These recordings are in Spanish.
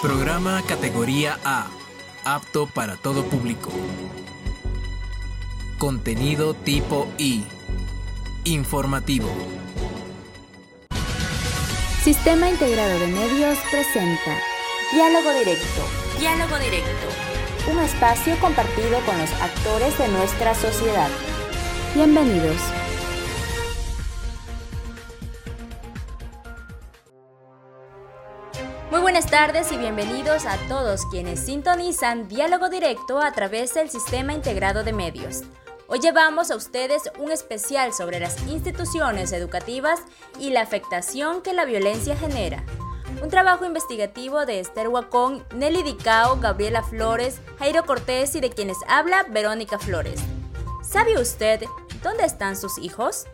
Programa categoría A, apto para todo público. Contenido tipo I, informativo. Sistema Integrado de Medios presenta Diálogo Directo. Diálogo Directo. Un espacio compartido con los actores de nuestra sociedad. Bienvenidos. Muy buenas tardes y bienvenidos a todos quienes sintonizan Diálogo Directo a través del Sistema Integrado de Medios. Hoy llevamos a ustedes un especial sobre las instituciones educativas y la afectación que la violencia genera. Un trabajo investigativo de Esther Huacón, Nelly Dicao, Gabriela Flores, Jairo Cortés y de quienes habla Verónica Flores. ¿Sabe usted dónde están sus hijos?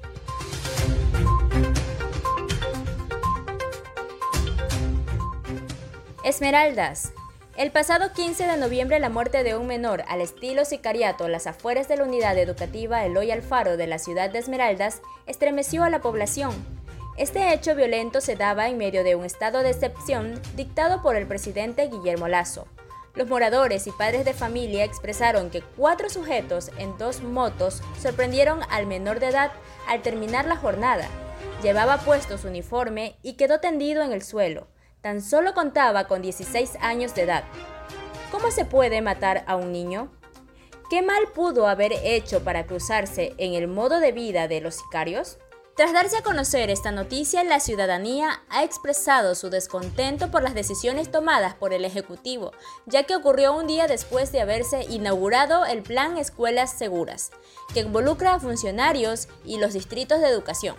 Esmeraldas. El pasado 15 de noviembre, la muerte de un menor al estilo sicariato a las afueras de la unidad educativa Eloy Alfaro de la ciudad de Esmeraldas estremeció a la población. Este hecho violento se daba en medio de un estado de excepción dictado por el presidente Guillermo Lasso. Los moradores y padres de familia expresaron que 4 sujetos en 2 motos sorprendieron al menor de edad al terminar la jornada. Llevaba puesto su uniforme y quedó tendido en el suelo. Tan solo contaba con 16 años de edad. ¿Cómo se puede matar a un niño? ¿Qué mal pudo haber hecho para cruzarse en el modo de vida de los sicarios? Tras darse a conocer esta noticia, la ciudadanía ha expresado su descontento por las decisiones tomadas por el Ejecutivo, ya que ocurrió un día después de haberse inaugurado el Plan Escuelas Seguras, que involucra a funcionarios y los distritos de educación.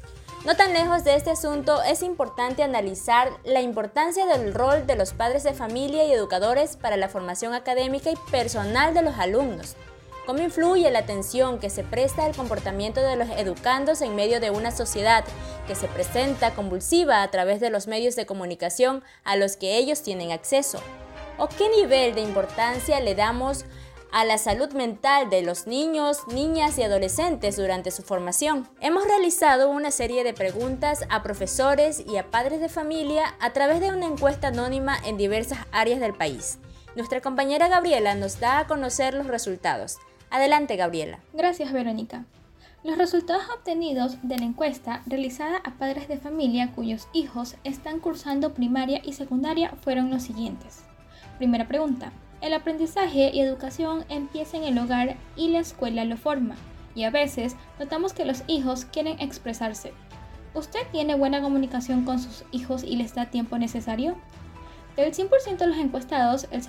No tan lejos de este asunto, es importante analizar la importancia del rol de los padres de familia y educadores para la formación académica y personal de los alumnos. ¿Cómo influye la atención que se presta al comportamiento de los educandos en medio de una sociedad que se presenta convulsiva a través de los medios de comunicación a los que ellos tienen acceso? ¿O qué nivel de importancia le damos a la salud mental de los niños, niñas y adolescentes durante su formación? Hemos realizado una serie de preguntas a profesores y a padres de familia a través de una encuesta anónima en diversas áreas del país. Nuestra compañera Gabriela nos da a conocer los resultados. Adelante, Gabriela. Gracias, Verónica. Los resultados obtenidos de la encuesta realizada a padres de familia cuyos hijos están cursando primaria y secundaria fueron los siguientes. Primera pregunta. El aprendizaje y educación empieza en el hogar y la escuela lo forma, y a veces notamos que los hijos quieren expresarse. ¿Usted tiene buena comunicación con sus hijos y les da tiempo necesario? Del 100% de los encuestados, el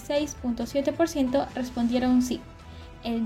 76.7% respondieron sí, el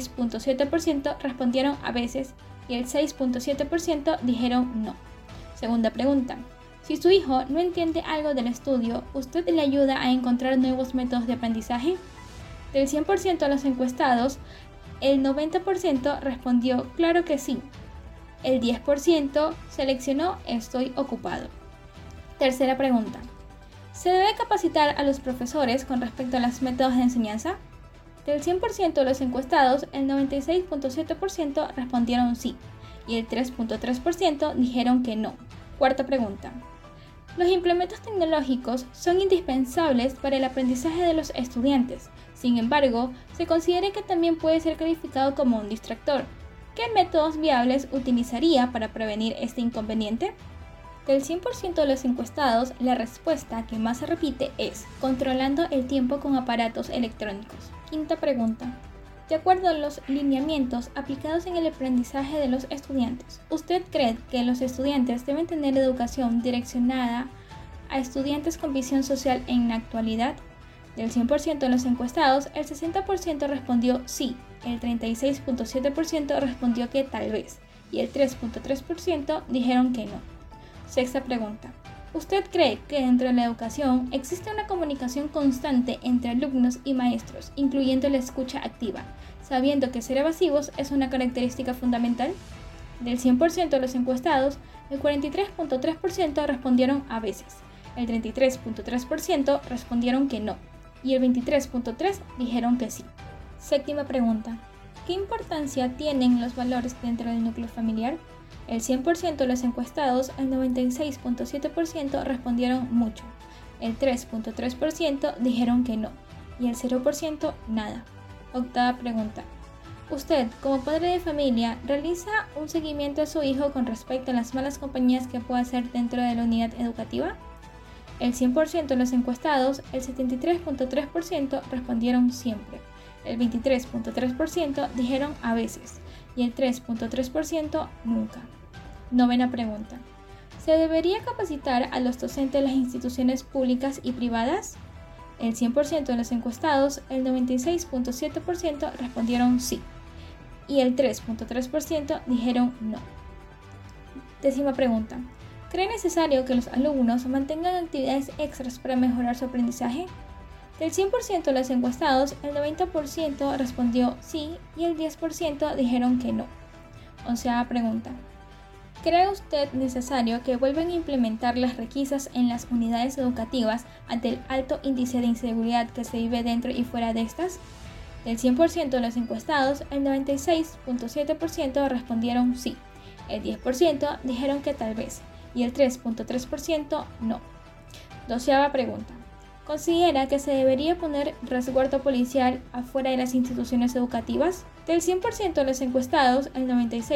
16.7% respondieron a veces y el 6.7% dijeron no. Segunda pregunta. Si su hijo no entiende algo del estudio, ¿usted le ayuda a encontrar nuevos métodos de aprendizaje? Del 100% de los encuestados, el 90% respondió claro que sí. El 10% seleccionó estoy ocupado. Tercera pregunta. ¿Se debe capacitar a los profesores con respecto a los métodos de enseñanza? Del 100% de los encuestados, el 96.7% respondieron sí y el 3.3% dijeron que no. Cuarta pregunta. Los implementos tecnológicos son indispensables para el aprendizaje de los estudiantes. Sin embargo, se considera que también puede ser calificado como un distractor. ¿Qué métodos viables utilizaría para prevenir este inconveniente? Del 100% de los encuestados, la respuesta que más se repite es controlando el tiempo con aparatos electrónicos. Quinta pregunta. De acuerdo a los lineamientos aplicados en el aprendizaje de los estudiantes, ¿usted cree que los estudiantes deben tener educación direccionada a estudiantes con visión social en la actualidad? Del 100% de los encuestados, el 60% respondió sí, el 36.7% respondió que tal vez y el 3.3% dijeron que no. Sexta pregunta. ¿Usted cree que dentro de la educación existe una comunicación constante entre alumnos y maestros, incluyendo la escucha activa, sabiendo que ser evasivos es una característica fundamental? Del 100% de los encuestados, el 43.3% respondieron a veces, el 33.3% respondieron que no y el 23.3% dijeron que sí. Séptima pregunta. ¿Qué importancia tienen los valores dentro del núcleo familiar? El 100% de los encuestados, el 96.7% respondieron mucho, el 3.3% dijeron que no y el 0% nada. Octava pregunta. ¿Usted, como padre de familia, realiza un seguimiento a su hijo con respecto a las malas compañías que puede hacer dentro de la unidad educativa? El 100% de los encuestados, el 73.3% respondieron siempre, el 23.3% dijeron a veces y el 3.3% nunca. Novena pregunta. ¿Se debería capacitar a los docentes de las instituciones públicas y privadas? El 100% de los encuestados, el 96.7% respondieron sí y el 3.3% dijeron no. Décima pregunta. ¿Cree necesario que los alumnos mantengan actividades extras para mejorar su aprendizaje? Del 100% de los encuestados, el 90% respondió sí y el 10% dijeron que no. Onceava pregunta. ¿Cree usted necesario que vuelvan a implementar las requisas en las unidades educativas ante el alto índice de inseguridad que se vive dentro y fuera de estas? Del 100% de los encuestados, el 96.7% respondieron sí, el 10% dijeron que tal vez y el 3.3% no. Doceava pregunta. ¿Considera que se debería poner resguardo policial afuera de las instituciones educativas? Del 100% de los encuestados, el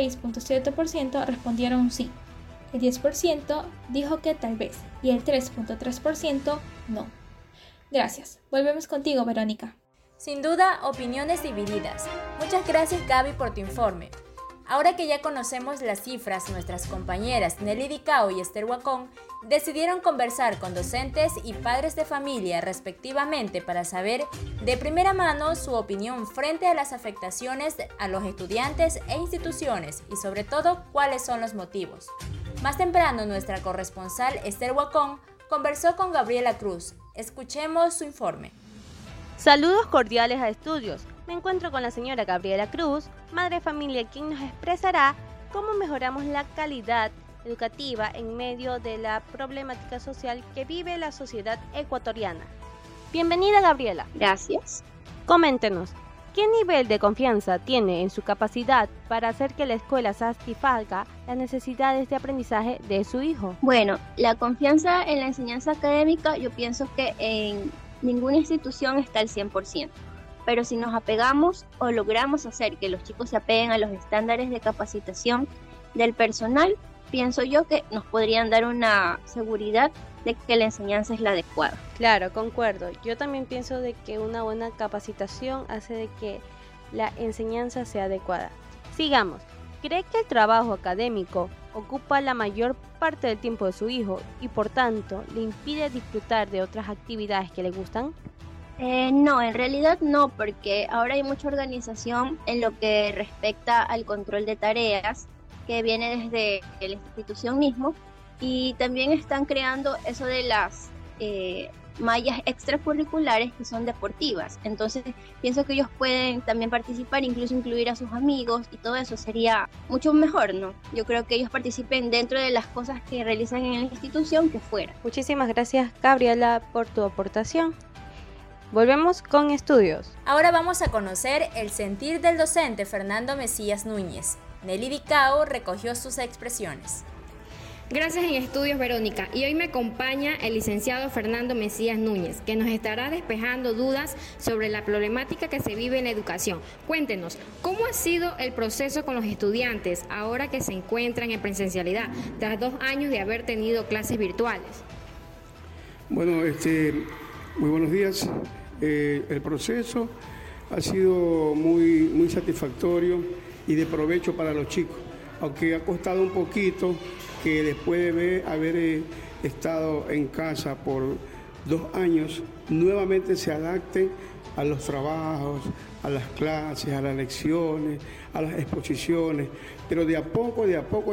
96.7% respondieron sí, el 10% dijo que tal vez y el 3.3% no. Gracias. Volvemos contigo, Verónica. Sin duda, opiniones divididas. Muchas gracias, Gaby, por tu informe. Ahora que ya conocemos las cifras, nuestras compañeras Nelly Dicao y Esther Huacón decidieron conversar con docentes y padres de familia respectivamente para saber de primera mano su opinión frente a las afectaciones a los estudiantes e instituciones y sobre todo cuáles son los motivos. Más temprano nuestra corresponsal Esther Huacón conversó con Gabriela Cruz. Escuchemos su informe. Saludos cordiales a estudios. Me encuentro con la señora Gabriela Cruz, madre de familia, quien nos expresará cómo mejoramos la calidad educativa en medio de la problemática social que vive la sociedad ecuatoriana. Bienvenida, Gabriela. Gracias. Coméntenos, ¿qué nivel de confianza tiene en su capacidad para hacer que la escuela satisfaga las necesidades de aprendizaje de su hijo? Bueno, la confianza en la enseñanza académica, yo pienso que en ninguna institución está al 100%. Pero si nos apegamos o logramos hacer que los chicos se apeguen a los estándares de capacitación del personal, pienso yo que nos podrían dar una seguridad de que la enseñanza es la adecuada. Claro, concuerdo. Yo también pienso de que una buena capacitación hace de que la enseñanza sea adecuada. Sigamos. ¿Cree que el trabajo académico ocupa la mayor parte del tiempo de su hijo y por tanto le impide disfrutar de otras actividades que le gustan? No, en realidad no, porque ahora hay mucha organización en lo que respecta al control de tareas que viene desde la institución mismo y también están creando eso de las mallas extracurriculares que son deportivas. Entonces pienso que ellos pueden también participar, incluso incluir a sus amigos y todo eso sería mucho mejor, ¿no? Yo creo que ellos participen dentro de las cosas que realizan en la institución que fuera. Muchísimas gracias, Gabriela, por tu aportación. Volvemos con estudios. Ahora vamos a conocer el sentir del docente Fernando Mesías Núñez. Nelly Dicao recogió sus expresiones. Gracias en estudios, Verónica. Y hoy me acompaña el licenciado Fernando Mesías Núñez, que nos estará despejando dudas sobre la problemática que se vive en la educación. Cuéntenos, ¿cómo ha sido el proceso con los estudiantes ahora que se encuentran en presencialidad, tras 2 años de haber tenido clases virtuales? Bueno, muy buenos días. El proceso ha sido muy satisfactorio y de provecho para los chicos, aunque ha costado un poquito que después de haber estado en casa por 2 años, nuevamente se adapten a los trabajos, a las clases, a las lecciones, a las exposiciones, pero de a poco,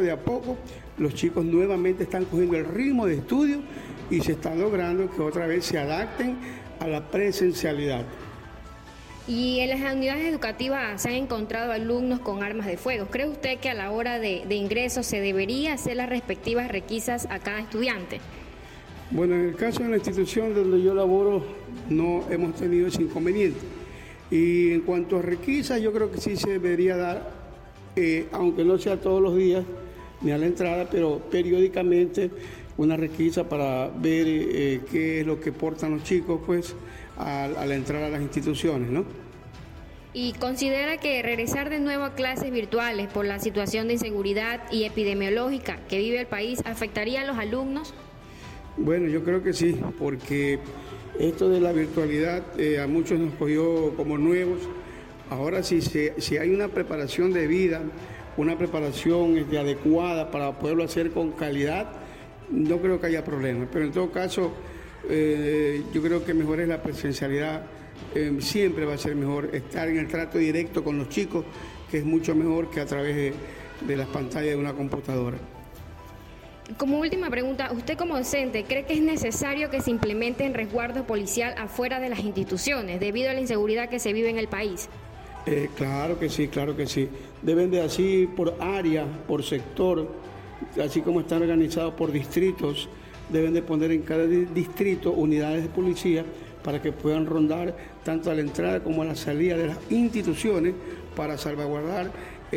los chicos nuevamente están cogiendo el ritmo de estudio y se está logrando que otra vez se adapten a la presencialidad. Y en las unidades educativas se han encontrado alumnos con armas de fuego. ¿Cree usted que a la hora de ingreso se debería hacer las respectivas requisas a cada estudiante? Bueno, en el caso de la institución donde yo laboro no hemos tenido ese inconveniente. Y en cuanto a requisas, yo creo que sí se debería dar, aunque no sea todos los días ni a la entrada, pero periódicamente una requisa para ver qué es lo que portan los chicos pues al entrar a las instituciones, ¿no? ¿Y considera que regresar de nuevo a clases virtuales por la situación de inseguridad y epidemiológica que vive el país afectaría a los alumnos? Bueno, yo creo que sí, porque esto de la virtualidad a muchos nos cogió como nuevos. Ahora si hay una preparación de vida, una preparación adecuada para poderlo hacer con calidad, no creo que haya problema. Pero en todo caso, yo creo que mejor es la presencialidad. Siempre va a ser mejor estar en el trato directo con los chicos, que es mucho mejor que a través de las pantallas de una computadora. Como última pregunta, usted como docente, ¿cree que es necesario que se implemente el resguardo policial afuera de las instituciones debido a la inseguridad que se vive en el país? Claro que sí, claro que sí. Deben de así por área, por sector, así como están organizados por distritos, deben de poner en cada distrito unidades de policía para que puedan rondar tanto a la entrada como a la salida de las instituciones para salvaguardar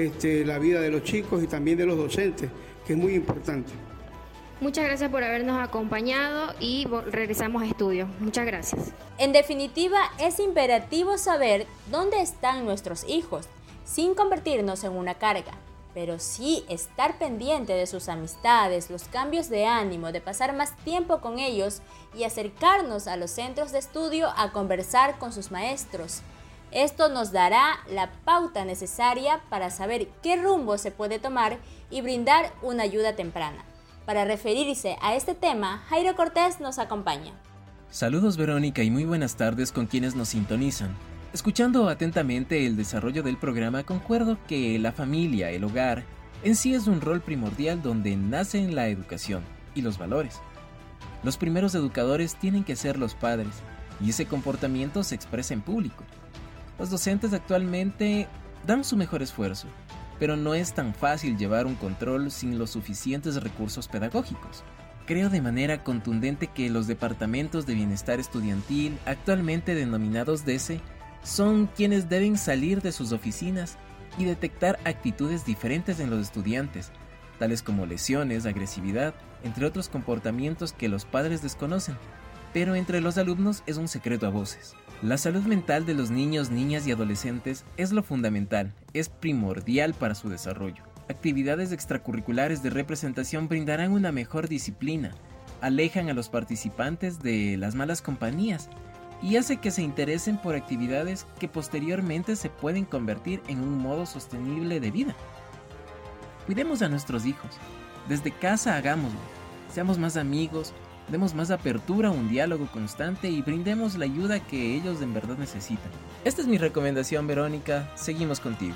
la vida de los chicos y también de los docentes, que es muy importante. Muchas gracias por habernos acompañado y regresamos a estudio. Muchas gracias. En definitiva, es imperativo saber dónde están nuestros hijos, sin convertirnos en una carga, pero sí estar pendiente de sus amistades, los cambios de ánimo, de pasar más tiempo con ellos y acercarnos a los centros de estudio a conversar con sus maestros. Esto nos dará la pauta necesaria para saber qué rumbo se puede tomar y brindar una ayuda temprana. Para referirse a este tema, Jairo Cortés nos acompaña. Saludos Verónica y muy buenas tardes con quienes nos sintonizan. Escuchando atentamente el desarrollo del programa, concuerdo que la familia, el hogar, en sí es un rol primordial donde nacen la educación y los valores. Los primeros educadores tienen que ser los padres, y ese comportamiento se expresa en público. Los docentes actualmente dan su mejor esfuerzo, pero no es tan fácil llevar un control sin los suficientes recursos pedagógicos. Creo de manera contundente que los departamentos de bienestar estudiantil, actualmente denominados DESE, son quienes deben salir de sus oficinas y detectar actitudes diferentes en los estudiantes, tales como lesiones, agresividad, entre otros comportamientos que los padres desconocen, pero entre los alumnos es un secreto a voces. La salud mental de los niños, niñas y adolescentes es lo fundamental, es primordial para su desarrollo. Actividades extracurriculares de representación brindarán una mejor disciplina, alejan a los participantes de las malas compañías y hace que se interesen por actividades que posteriormente se pueden convertir en un modo sostenible de vida. Cuidemos a nuestros hijos, desde casa hagámoslo, seamos más amigos, demos más apertura a un diálogo constante y brindemos la ayuda que ellos en verdad necesitan. Esta es mi recomendación, Verónica. Seguimos contigo.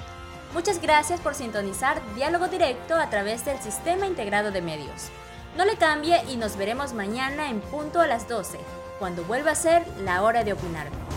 Muchas gracias por sintonizar Diálogo Directo a través del Sistema Integrado de Medios. No le cambie y nos veremos mañana en punto a las 12, cuando vuelva a ser la hora de opinar.